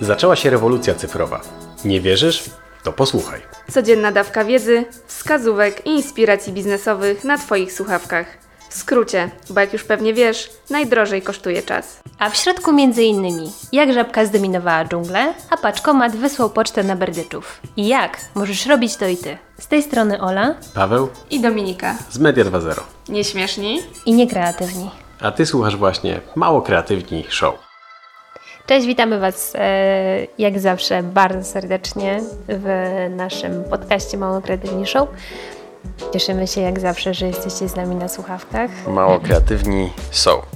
Zaczęła się rewolucja cyfrowa. Nie wierzysz? To posłuchaj. Codzienna dawka wiedzy, wskazówek i inspiracji biznesowych na Twoich słuchawkach. W skrócie, bo jak już pewnie wiesz, najdrożej kosztuje czas. A w środku m.in. jak żabka zdominowała dżunglę, a paczkomat wysłał pocztę na berdyczów. I jak możesz robić to i ty. Z tej strony Ola Paweł I Dominika. z Media 2.0. Nieśmieszni? i niekreatywni. A ty słuchasz właśnie Mało Kreatywni Show. Cześć, witamy Was jak zawsze bardzo serdecznie w naszym podcaście Mało Kreatywni Show. Cieszymy się jak zawsze, że jesteście z nami na słuchawkach. Mało Kreatywni Show.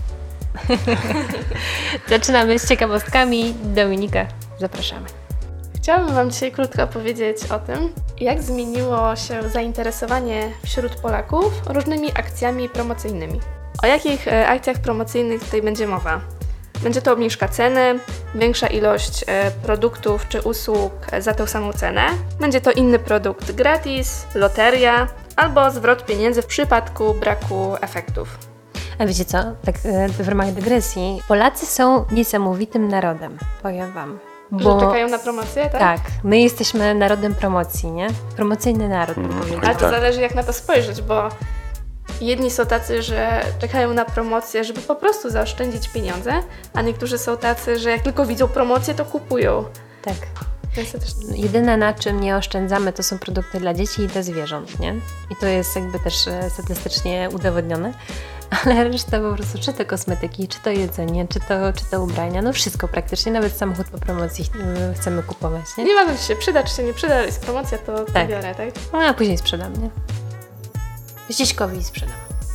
Zaczynamy z ciekawostkami. Dominika, zapraszamy. Chciałabym Wam dzisiaj krótko opowiedzieć o tym, jak zmieniło się zainteresowanie wśród Polaków różnymi akcjami promocyjnymi. O jakich akcjach promocyjnych tutaj będzie mowa? Będzie to obniżka ceny, większa ilość produktów czy usług za tę samą cenę. Będzie to inny produkt gratis, loteria albo zwrot pieniędzy w przypadku braku efektów. A wiecie co? Tak w ramach dygresji. Polacy są niesamowitym narodem, powiem Wam. Że czekają na promocję, tak? Tak, my jesteśmy narodem promocji, nie? Promocyjny naród, bym powiedziała. Ale to Tak. zależy jak na to spojrzeć, bo jedni są tacy, że czekają na promocję, żeby po prostu zaoszczędzić pieniądze, a niektórzy są tacy, że jak tylko widzą promocję, to kupują. Tak. Więc to też... Jedyne na czym nie oszczędzamy to są produkty dla dzieci i dla zwierząt, nie? I to jest jakby też statystycznie udowodnione. Ale reszta po prostu, czy to kosmetyki, czy to jedzenie, czy to ubrania, no wszystko praktycznie, nawet samochód po promocji chcemy kupować, nie? Nie ma, czy się przyda, czy się nie przyda, jest promocja, to Tak. biorę, tak? No, a później sprzedam, nie? Ściśkowi sprzedam.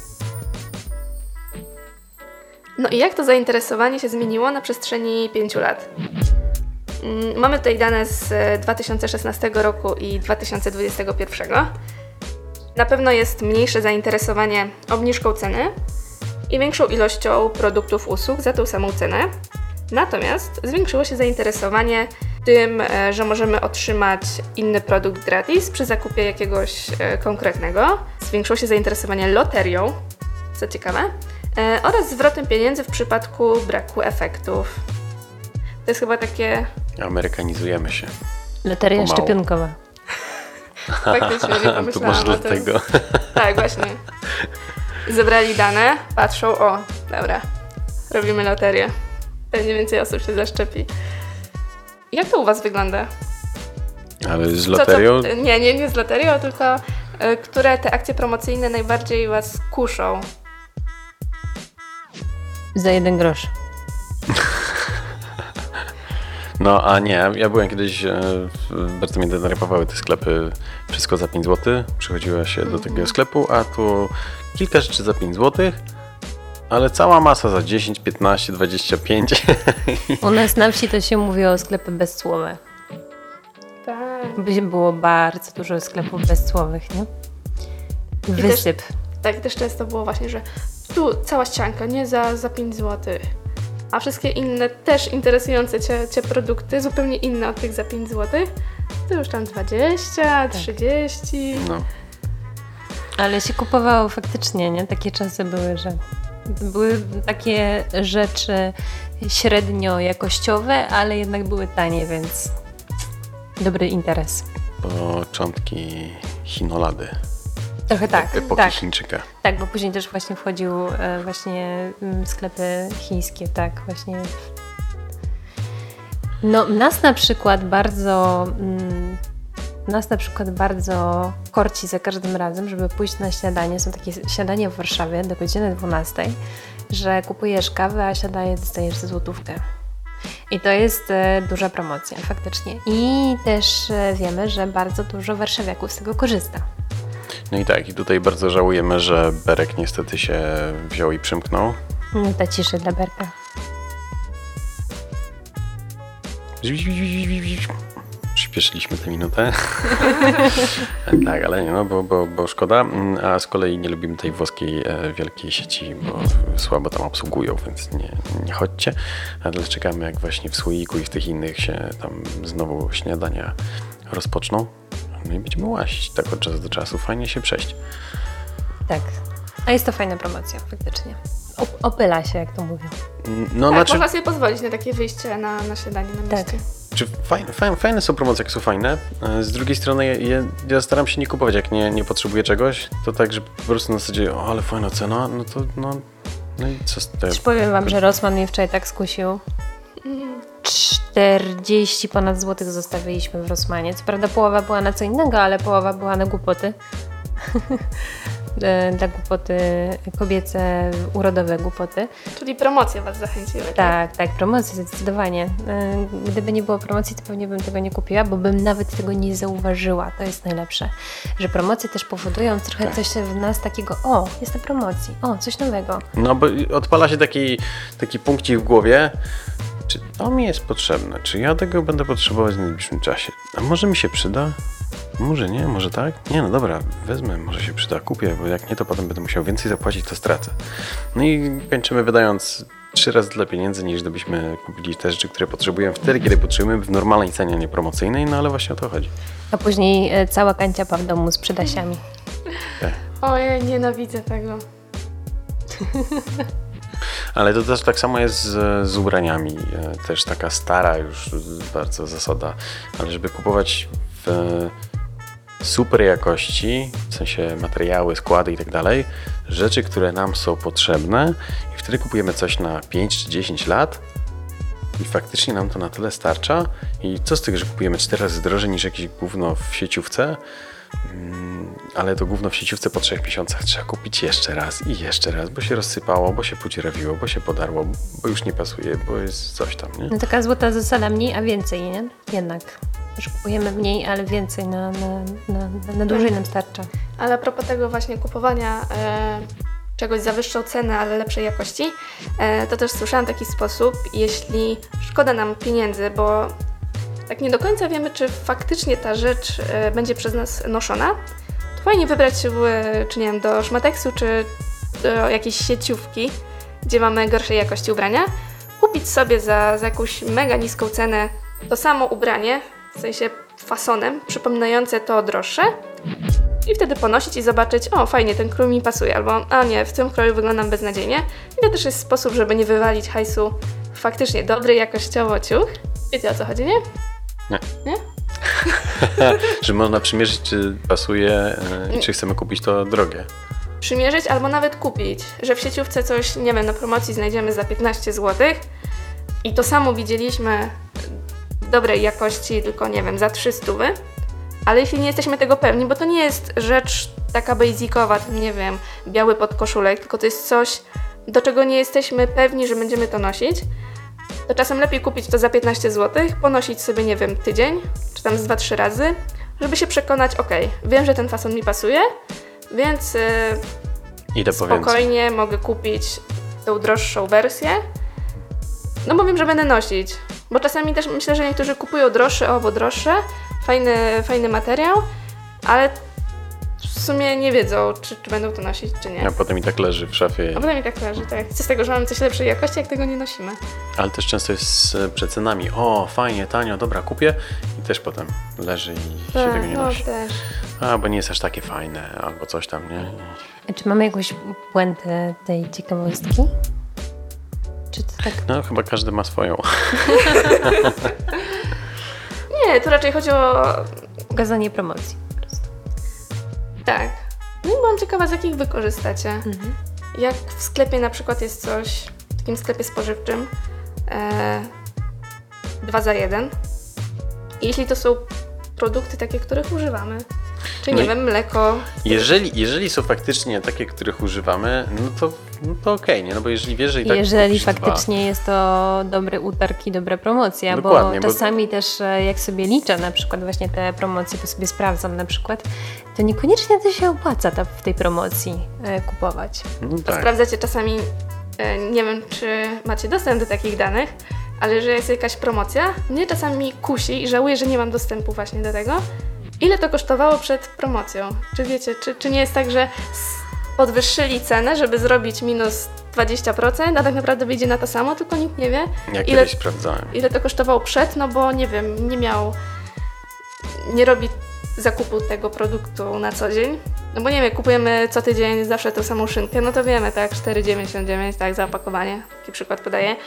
No i jak to zainteresowanie się zmieniło na przestrzeni 5 lat? Mamy tutaj dane z 2016 roku i 2021. Na pewno jest mniejsze zainteresowanie obniżką ceny i większą ilością produktów, usług za tą samą cenę. Natomiast zwiększyło się zainteresowanie tym, że możemy otrzymać inny produkt gratis przy zakupie jakiegoś konkretnego. Zwiększyło się zainteresowanie loterią, co ciekawe, oraz zwrotem pieniędzy w przypadku braku efektów. To jest chyba takie... Amerykanizujemy się. Loteria Pomału. szczepionkowa. Faktycznie nie To pomyślałam może o do tym. tego. Tak, właśnie. Zebrali dane, patrzą, o, dobra, robimy loterię. Pewnie więcej osób się zaszczepi. Jak to u Was wygląda? Ale z loterią? Nie z loterią, tylko które te akcje promocyjne najbardziej Was kuszą? Za 1 grosz. No a nie, ja byłem kiedyś, bardzo mnie denerwowały te sklepy, wszystko za 5 zł, przychodziło się do takiego sklepu, a tu kilka rzeczy za 5 zł, ale cała masa za 10, 15, 25. U nas na wsi to się mówi o sklepy bezcłowe. Tak. Było bardzo dużo sklepów bezcłowych, nie? Wysyp. Tak też często było właśnie, że tu cała ścianka, nie za 5 zł. A wszystkie inne też interesujące Cię produkty, zupełnie inne od tych za 5 zł, to już tam 20, 30. No. Ale się kupowało faktycznie, nie? Takie czasy były, że były takie rzeczy średnio jakościowe, ale jednak były tanie, więc dobry interes. Początki Chinolady, Trochę tak, epoki tak. Chińczyka. Tak, bo później też właśnie wchodził właśnie sklepy chińskie, tak, właśnie. No, nas na przykład bardzo korci za każdym razem, żeby pójść na śniadanie. Są takie śniadania w Warszawie do godziny 12, że kupujesz kawę, a śniadanie dostajesz za złotówkę. I to jest duża promocja, faktycznie. I też wiemy, że bardzo dużo warszawiaków z tego korzysta. No i tak, i tutaj bardzo żałujemy, że Berek niestety się wziął i przymknął. Minuta ciszy dla Berka. Przyspieszyliśmy tę minutę. Tak, ale nie, no, bo szkoda. A z kolei nie lubimy tej włoskiej wielkiej sieci, bo słabo tam obsługują, więc nie chodźcie. Ale czekamy, jak właśnie w Słoiku i w tych innych się tam znowu śniadania rozpoczną. No i będziemy łazić tak od czasu do czasu. Fajnie się przejść. Tak. A jest to fajna promocja, faktycznie. Opyla się, jak to mówią. No, Tak, znaczy, można sobie pozwolić na takie wyjście na śniadanie na mieście. Czy fajne są promocje, jak są fajne. Z drugiej strony ja staram się nie kupować, jak nie potrzebuję czegoś, to tak, że po prostu na zasadzie, ale fajna cena, no i co z tego? Powiem wam, że Rossmann mnie wczoraj tak skusił. 40 ponad złotych zostawiliśmy w Rossmanie. Co prawda połowa była na co innego, ale połowa była na głupoty. Dla głupoty kobiece, urodowe głupoty. Czyli promocje was zachęciły. Tak, promocje zdecydowanie. Gdyby nie było promocji, to pewnie bym tego nie kupiła, bo bym nawet tego nie zauważyła. To jest najlepsze, że promocje też powodują trochę coś w nas takiego, jest na promocji, coś nowego. No bo odpala się taki punkcik w głowie, czy to mi jest potrzebne, czy ja tego będę potrzebować w najbliższym czasie, a może mi się przyda? Może nie, może tak? Nie, no dobra, wezmę, może się przyda, kupię, bo jak nie, to potem będę musiał więcej zapłacić, to stracę. No i kończymy wydając 3 razy tyle pieniędzy, niż gdybyśmy kupili te rzeczy, które potrzebujemy wtedy, kiedy potrzebujemy, w normalnej cenie, nie promocyjnej, no ale właśnie o to chodzi. A później cała kanciapa w domu z przydasiami. Tak. Ojej, nienawidzę tego. Ale to też tak samo jest z ubraniami. Też taka stara już bardzo zasada. Ale żeby kupować w super jakości, w sensie materiały, składy i tak dalej, rzeczy, które nam są potrzebne i wtedy kupujemy coś na 5 czy 10 lat i faktycznie nam to na tyle starcza i co z tego, że kupujemy 4 razy drożej niż jakieś gówno w sieciówce, ale to gówno w sieciówce po 3 miesiącach trzeba kupić jeszcze raz, bo się rozsypało, bo się podziurawiło, bo się podarło, bo już nie pasuje, bo jest coś tam, nie? No taka złota zasada, mniej, a więcej, nie? Jednak. Że kupujemy mniej, ale więcej na dłużej nam starcza. Ale a propos tego właśnie kupowania czegoś za wyższą cenę, ale lepszej jakości, to też słyszałam taki sposób, jeśli szkoda nam pieniędzy, bo tak nie do końca wiemy, czy faktycznie ta rzecz będzie przez nas noszona, to fajnie wybrać się, czy nie wiem, do Szmateksu, czy do jakiejś sieciówki, gdzie mamy gorszej jakości ubrania, kupić sobie za jakąś mega niską cenę to samo ubranie, w sensie fasonem, przypominające to droższe i wtedy ponosić i zobaczyć, fajnie, ten krój mi pasuje, albo nie, w tym kroju wyglądam beznadziejnie. I to też jest sposób, żeby nie wywalić hajsu w faktycznie dobry jakościowo ciuch. Wiecie, o co chodzi, nie? Nie. Nie? Że można przymierzyć, czy pasuje i czy chcemy kupić to drogie. Przymierzyć albo nawet kupić, że w sieciówce coś, nie wiem, na promocji znajdziemy za 15 zł i to samo widzieliśmy w dobrej jakości, tylko nie wiem, za 300, ale jeśli nie jesteśmy tego pewni, bo to nie jest rzecz taka basicowa, nie wiem, biały podkoszulek, tylko to jest coś, do czego nie jesteśmy pewni, że będziemy to nosić, to czasem lepiej kupić to za 15 zł, ponosić sobie, nie wiem, tydzień, czy tam z 2-3 razy, żeby się przekonać, wiem, że ten fason mi pasuje, więc idę spokojnie mogę kupić tą droższą wersję, no bo wiem, że będę nosić. Bo czasami też myślę, że niektórzy kupują droższe, bo droższe, fajny materiał, ale w sumie nie wiedzą, czy będą to nosić, czy nie. A potem i tak leży w szafie. A potem i tak leży, tak. Co z tego, że mamy coś lepszej jakości, jak tego nie nosimy. Ale też często jest z przecenami. Fajnie, tanio, dobra, kupię i też potem leży i się tego nie nosi. Też. Bo nie jest aż takie fajne, albo coś tam, nie? A czy mamy jakąś puentę tej ciekawostki? Czy to tak? No, chyba każdy ma swoją. Nie, to raczej chodzi o... Pokazanie promocji po prostu. Tak. No i byłam ciekawa, z jakich wy korzystacie. Jak w sklepie na przykład jest coś, w takim sklepie spożywczym, 2 za 1. I jeśli to są produkty takie, których używamy, czy nie wiem, mleko. Jeżeli są faktycznie takie, których używamy, no to okej, nie? No bo jeżeli wiesz, że i tak jeżeli faktycznie jest to dobry utarg i dobra promocja, dokładnie, bo czasami też jak sobie liczę na przykład właśnie te promocje, to sobie sprawdzam na przykład, to niekoniecznie to się opłaca w tej promocji kupować. No tak. Sprawdzacie czasami, nie wiem, czy macie dostęp do takich danych, ale że jest jakaś promocja, mnie czasami kusi i żałuję, że nie mam dostępu właśnie do tego. Ile to kosztowało przed promocją? Czy wiecie, czy nie jest tak, że podwyższyli cenę, żeby zrobić minus 20%, a tak naprawdę wyjdzie na to samo, tylko nikt nie wie, Ja kiedyś sprawdzałem. Ile to kosztowało przed, no bo nie wiem, nie robi zakupu tego produktu na co dzień. No bo nie wiem, kupujemy co tydzień zawsze tą samą szynkę, no to wiemy, tak, 4,99, tak, za opakowanie, taki przykład podaję.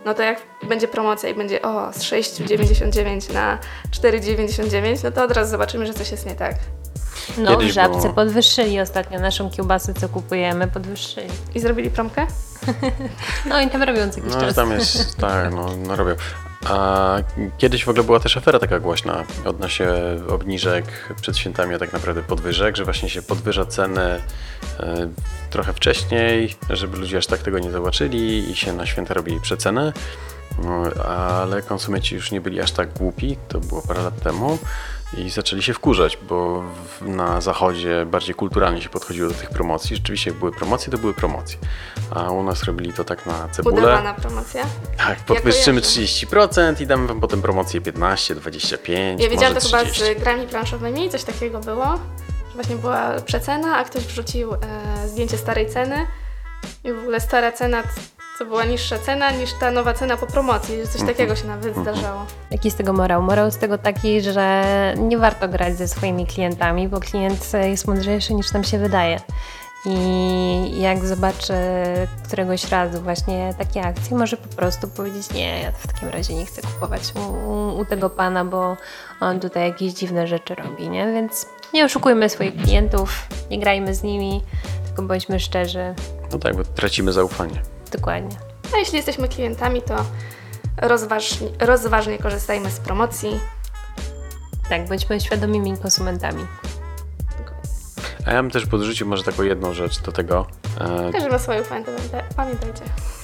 no to jak będzie promocja i będzie z 6,99 na 4,99, no to od razu zobaczymy, że coś jest nie tak. No Kiedyś w Żabce było- podwyższyli ostatnio naszą kiełbasę, co kupujemy, podwyższyli. I zrobili promkę? No i tam robią co jakiś No, czas. tam jest, tak, no robią. A kiedyś w ogóle była też afera taka głośna odnośnie obniżek przed świętami, a tak naprawdę podwyżek, że właśnie się podwyża ceny trochę wcześniej, żeby ludzie aż tak tego nie zobaczyli i się na święta robi przecenę. No, ale konsumenci już nie byli aż tak głupi, to było parę lat temu i zaczęli się wkurzać, bo na zachodzie bardziej kulturalnie się podchodziło do tych promocji. Rzeczywiście jak były promocje, to były promocje, a u nas robili to tak na cebulę. Udawana promocja. Tak, podwyższymy kojarzę. 30% i damy wam potem promocję 15, 25, Ja wiedziałam może to chyba 30. z grami planszowymi, coś takiego było, że właśnie była przecena, a ktoś wrzucił zdjęcie starej ceny i w ogóle stara cena to była niższa cena niż ta nowa cena po promocji, że coś takiego się nawet zdarzało. Jaki z tego morał? Morał z tego taki, że nie warto grać ze swoimi klientami, bo klient jest mądrzejszy niż nam się wydaje. I jak zobaczy któregoś razu właśnie takie akcje, może po prostu powiedzieć: nie, ja w takim razie nie chcę kupować u tego pana, bo on tutaj jakieś dziwne rzeczy robi, nie? Więc nie oszukujmy swoich klientów, nie grajmy z nimi, tylko bądźmy szczerzy. No tak, bo tracimy zaufanie. Dokładnie. A jeśli jesteśmy klientami, to rozważnie korzystajmy z promocji. Tak, bądźmy świadomymi konsumentami. A ja bym też podrzucił może taką jedną rzecz do tego. Każdy ma swoją fajną, pamiętajcie.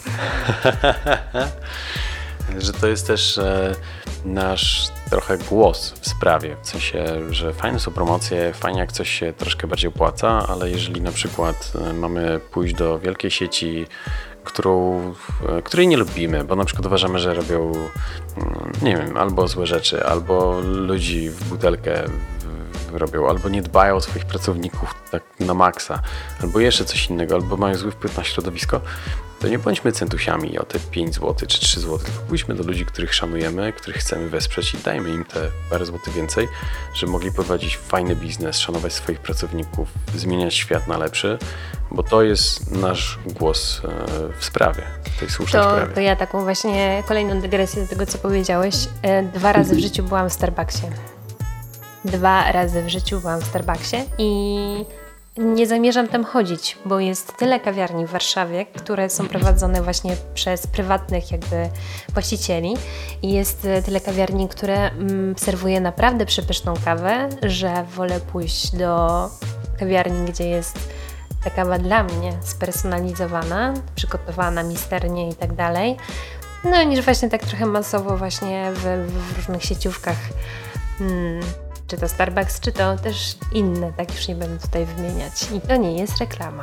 Że to jest też nasz trochę głos w sprawie. W sensie, że fajne są promocje, fajnie jak coś się troszkę bardziej opłaca, ale jeżeli na przykład mamy pójść do wielkiej sieci, której nie lubimy, bo na przykład uważamy, że robią, nie wiem, albo złe rzeczy, albo ludzi w butelkę robią, albo nie dbają o swoich pracowników tak na maksa, albo jeszcze coś innego, albo mają zły wpływ na środowisko, to nie bądźmy centusiami o te 5 zł czy 3 zł, tylko pójdźmy do ludzi, których szanujemy, których chcemy wesprzeć i dajmy im te parę złotych więcej, żeby mogli prowadzić fajny biznes, szanować swoich pracowników, zmieniać świat na lepszy, bo to jest nasz głos w sprawie, w tej słusznej sprawie. To ja taką właśnie kolejną dygresję do tego, co powiedziałeś. 2 razy w życiu byłam w Starbucksie. 2 razy w życiu byłam w Starbucksie i nie zamierzam tam chodzić, bo jest tyle kawiarni w Warszawie, które są prowadzone właśnie przez prywatnych jakby właścicieli i jest tyle kawiarni, które serwuje naprawdę przepyszną kawę, że wolę pójść do kawiarni, gdzie jest ta kawa dla mnie spersonalizowana, przygotowana misternie i tak dalej, no niż właśnie tak trochę masowo właśnie w różnych sieciówkach. Czy to Starbucks, czy to też inne, tak już nie będę tutaj wymieniać. I to nie jest reklama.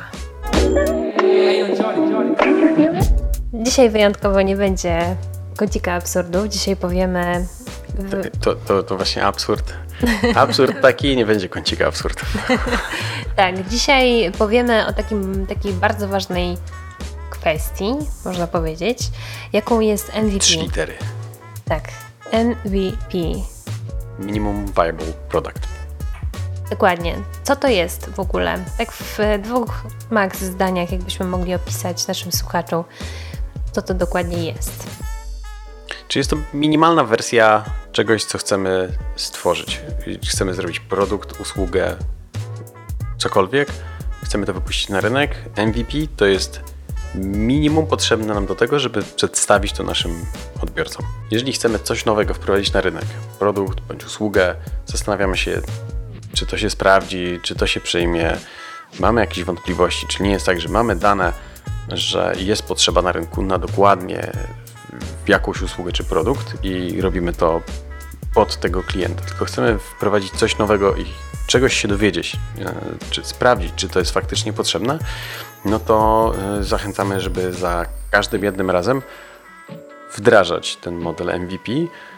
Dzisiaj wyjątkowo nie będzie kącika absurdów. Dzisiaj powiemy... To właśnie absurd. Absurd taki, nie będzie kącika absurd. Tak, dzisiaj powiemy o takiej bardzo ważnej kwestii, można powiedzieć, jaką jest MVP. 3 litery. Tak, MVP. Minimum Viable Product. Dokładnie. Co to jest w ogóle? Tak w 2 max zdaniach, jakbyśmy mogli opisać naszym słuchaczom, co to dokładnie jest. Czy jest to minimalna wersja czegoś, co chcemy stworzyć? Chcemy zrobić produkt, usługę, cokolwiek, chcemy to wypuścić na rynek. MVP to jest minimum potrzebne nam do tego, żeby przedstawić to naszym odbiorcom. Jeżeli chcemy coś nowego wprowadzić na rynek, produkt bądź usługę, zastanawiamy się, czy to się sprawdzi, czy to się przyjmie, mamy jakieś wątpliwości, czy nie jest tak, że mamy dane, że jest potrzeba na rynku na dokładnie jakąś usługę czy produkt i robimy to pod tego klienta, tylko chcemy wprowadzić coś nowego i czegoś się dowiedzieć, czy sprawdzić, czy to jest faktycznie potrzebne, no to zachęcamy, żeby za każdym jednym razem wdrażać ten model MVP,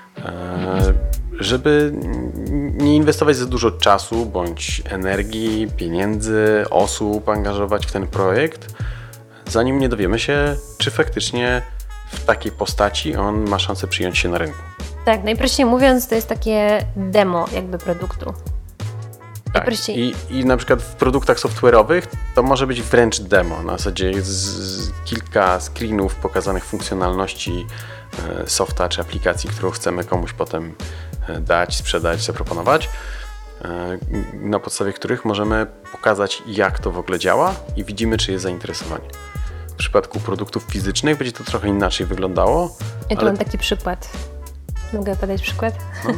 żeby nie inwestować za dużo czasu bądź energii, pieniędzy, osób angażować w ten projekt, zanim nie dowiemy się, czy faktycznie w takiej postaci on ma szansę przyjąć się na rynku. Tak, najprościej mówiąc, to jest takie demo jakby produktu. Tak. I na przykład w produktach software'owych to może być wręcz demo. Na zasadzie jest kilka screenów pokazanych funkcjonalności softa czy aplikacji, którą chcemy komuś potem dać, sprzedać, zaproponować, na podstawie których możemy pokazać, jak to w ogóle działa i widzimy, czy jest zainteresowanie. W przypadku produktów fizycznych będzie to trochę inaczej wyglądało. Ja tu mam taki przykład. Mogę podać przykład? No.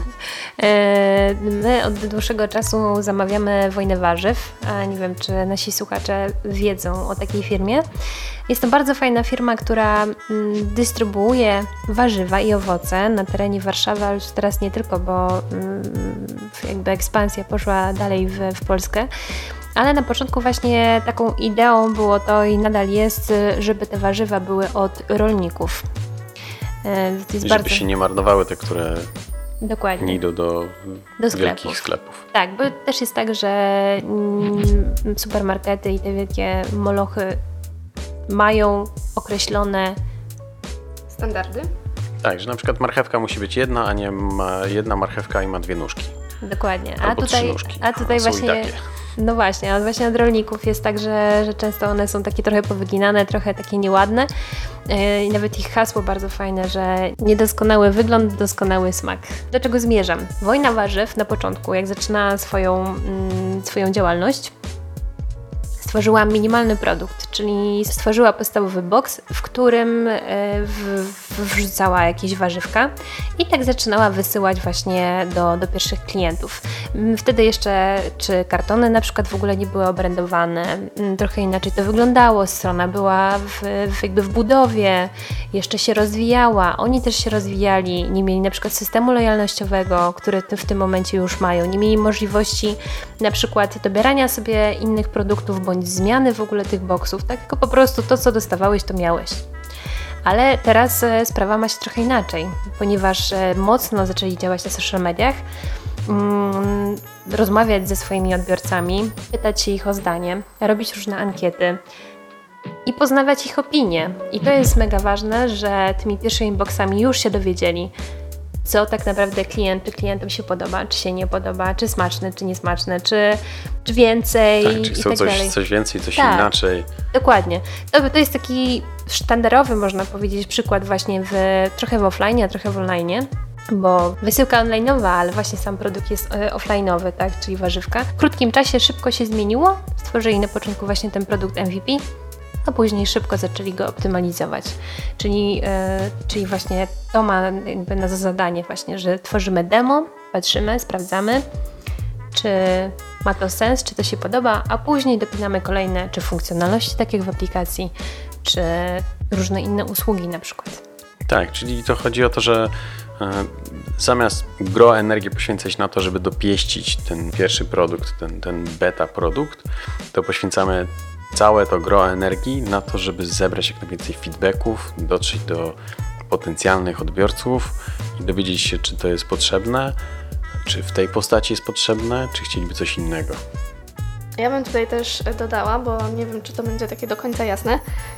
My od dłuższego czasu zamawiamy Wojnę Warzyw, a nie wiem, czy nasi słuchacze wiedzą o takiej firmie. Jest to bardzo fajna firma, która dystrybuuje warzywa i owoce na terenie Warszawy, ale już teraz nie tylko, bo jakby ekspansja poszła dalej w Polskę. Ale na początku właśnie taką ideą było to i nadal jest, żeby te warzywa były od rolników. Żeby się nie marnowały te, które dokładnie nie idą do wielkich sklepów. Tak, bo też jest tak, że supermarkety i te wielkie molochy mają określone standardy. Tak, że na przykład marchewka musi być jedna, a nie ma jedna marchewka i ma 2 nóżki. Dokładnie. Albo 3 nóżki. A tutaj właśnie. No właśnie, a właśnie od rolników jest tak, że często one są takie trochę powyginane, trochę takie nieładne. I nawet ich hasło bardzo fajne, że niedoskonały wygląd, doskonały smak. Do czego zmierzam? Wojna Warzyw na początku, jak zaczynała swoją działalność, stworzyła minimalny produkt, czyli stworzyła podstawowy boks, w którym wrzucała jakieś warzywka i tak zaczynała wysyłać właśnie do pierwszych klientów. Wtedy jeszcze czy kartony na przykład w ogóle nie były obrędowane, trochę inaczej to wyglądało, strona była jakby w budowie, jeszcze się rozwijała, oni też się rozwijali, nie mieli na przykład systemu lojalnościowego, który w tym momencie już mają, nie mieli możliwości na przykład dobierania sobie innych produktów bądź zmiany w ogóle tych boksów, tak? Tylko po prostu to, co dostawałeś, to miałeś. Ale teraz sprawa ma się trochę inaczej, ponieważ mocno zaczęli działać na social mediach, rozmawiać ze swoimi odbiorcami, pytać się ich o zdanie, robić różne ankiety i poznawać ich opinie. I to jest mega ważne, że tymi pierwszymi boksami już się dowiedzieli, co tak naprawdę klientom się podoba, czy się nie podoba, czy smaczne, czy niesmaczne, czy więcej tak, czy chcą coś więcej, coś inaczej. Dokładnie. To jest taki sztandarowy, można powiedzieć, przykład właśnie trochę w offline, a trochę w online, bo wysyłka online'owa, ale właśnie sam produkt jest offline'owy, tak, czyli warzywka. W krótkim czasie szybko się zmieniło, stworzyli na początku właśnie ten produkt MVP, a później szybko zaczęli go optymalizować. Czyli właśnie to ma jakby na zadanie właśnie, że tworzymy demo, patrzymy, sprawdzamy, czy ma to sens, czy to się podoba, a później dopinamy kolejne, czy funkcjonalności, tak jak w aplikacji, czy różne inne usługi na przykład. Tak, czyli to chodzi o to, że zamiast gro energii poświęcać na to, żeby dopieścić ten pierwszy produkt, ten beta produkt, to poświęcamy całe to gro energii na to, żeby zebrać jak najwięcej feedbacków, dotrzeć do potencjalnych odbiorców i dowiedzieć się, czy to jest potrzebne, czy w tej postaci jest potrzebne, czy chcieliby coś innego. Ja bym tutaj też dodała, bo nie wiem, czy to będzie takie do końca jasne,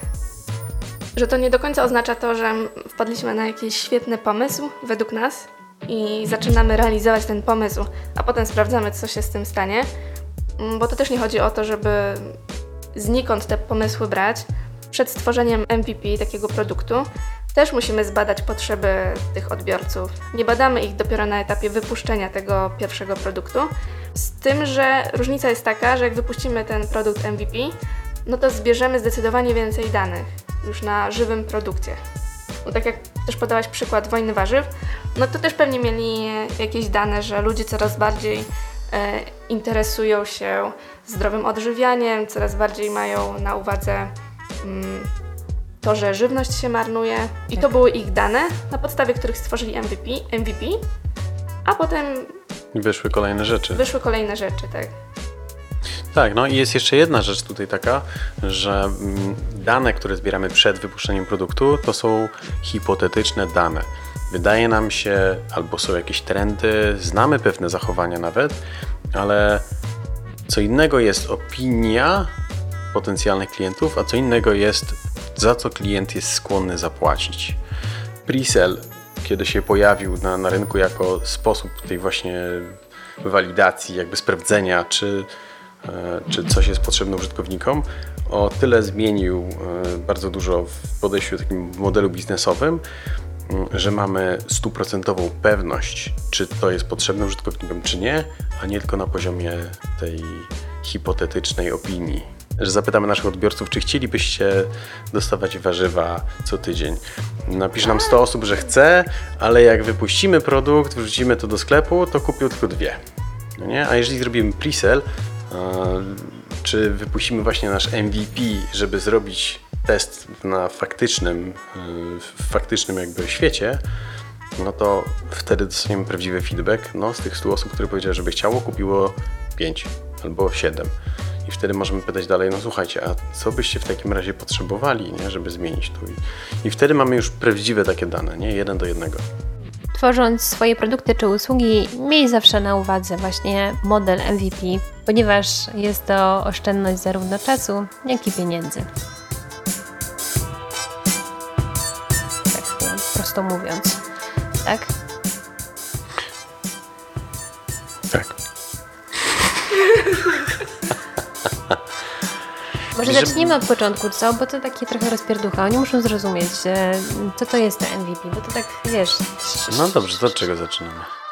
że to nie do końca oznacza to, że wpadliśmy na jakiś świetny pomysł według nas i zaczynamy realizować ten pomysł, a potem sprawdzamy, co się z tym stanie, bo to też nie chodzi o to, żeby znikąd te pomysły brać. Przed stworzeniem MVP, takiego produktu, też musimy zbadać potrzeby tych odbiorców. Nie badamy ich dopiero na etapie wypuszczenia tego pierwszego produktu. Z tym, że różnica jest taka, że jak wypuścimy ten produkt MVP, no to zbierzemy zdecydowanie więcej danych już na żywym produkcie. Bo tak jak też podałaś przykład Wojny Warzyw, no to też pewnie mieli jakieś dane, że ludzie coraz bardziej interesują się zdrowym odżywianiem, coraz bardziej mają na uwadze to, że żywność się marnuje i to były ich dane, na podstawie których stworzyli MVP, a potem wyszły kolejne rzeczy. Tak. Tak, no i jest jeszcze jedna rzecz tutaj taka, że dane, które zbieramy przed wypuszczeniem produktu, to są hipotetyczne dane. Wydaje nam się, albo są jakieś trendy, znamy pewne zachowania nawet, ale co innego jest opinia potencjalnych klientów, a co innego jest, za co klient jest skłonny zapłacić. Pre-sale, kiedy się pojawił na rynku jako sposób tej właśnie walidacji, jakby sprawdzenia, czy coś jest potrzebne użytkownikom, o tyle zmienił bardzo dużo w podejściu takim modelu biznesowym, że mamy 100% pewność, czy to jest potrzebne użytkownikom, czy nie, a nie tylko na poziomie tej hipotetycznej opinii. Że zapytamy naszych odbiorców, czy chcielibyście dostawać warzywa co tydzień. Napisze nam 100 osób, że chce, ale jak wypuścimy produkt, wrzucimy to do sklepu, to kupią tylko 2. No nie? A jeżeli zrobimy pre-sale, czy wypuścimy właśnie nasz MVP, żeby zrobić test na faktycznym jakby świecie, no to wtedy dostaniemy prawdziwy feedback. No, z tych 100 osób, które powiedziały, żeby chciało, kupiło 5 albo 7. I wtedy możemy pytać dalej, no słuchajcie, a co byście w takim razie potrzebowali, nie, żeby zmienić to? I wtedy mamy już prawdziwe takie dane, nie? 1 do 1. Tworząc swoje produkty czy usługi, miej zawsze na uwadze właśnie model MVP, ponieważ jest to oszczędność zarówno czasu, jak i pieniędzy. Tak prosto mówiąc, tak? Tak. Może zacznijmy od początku, co? Bo to takie trochę rozpierducha. Oni muszą zrozumieć, co to jest to MVP, bo to tak, wiesz... No dobrze, to od czego zaczynamy?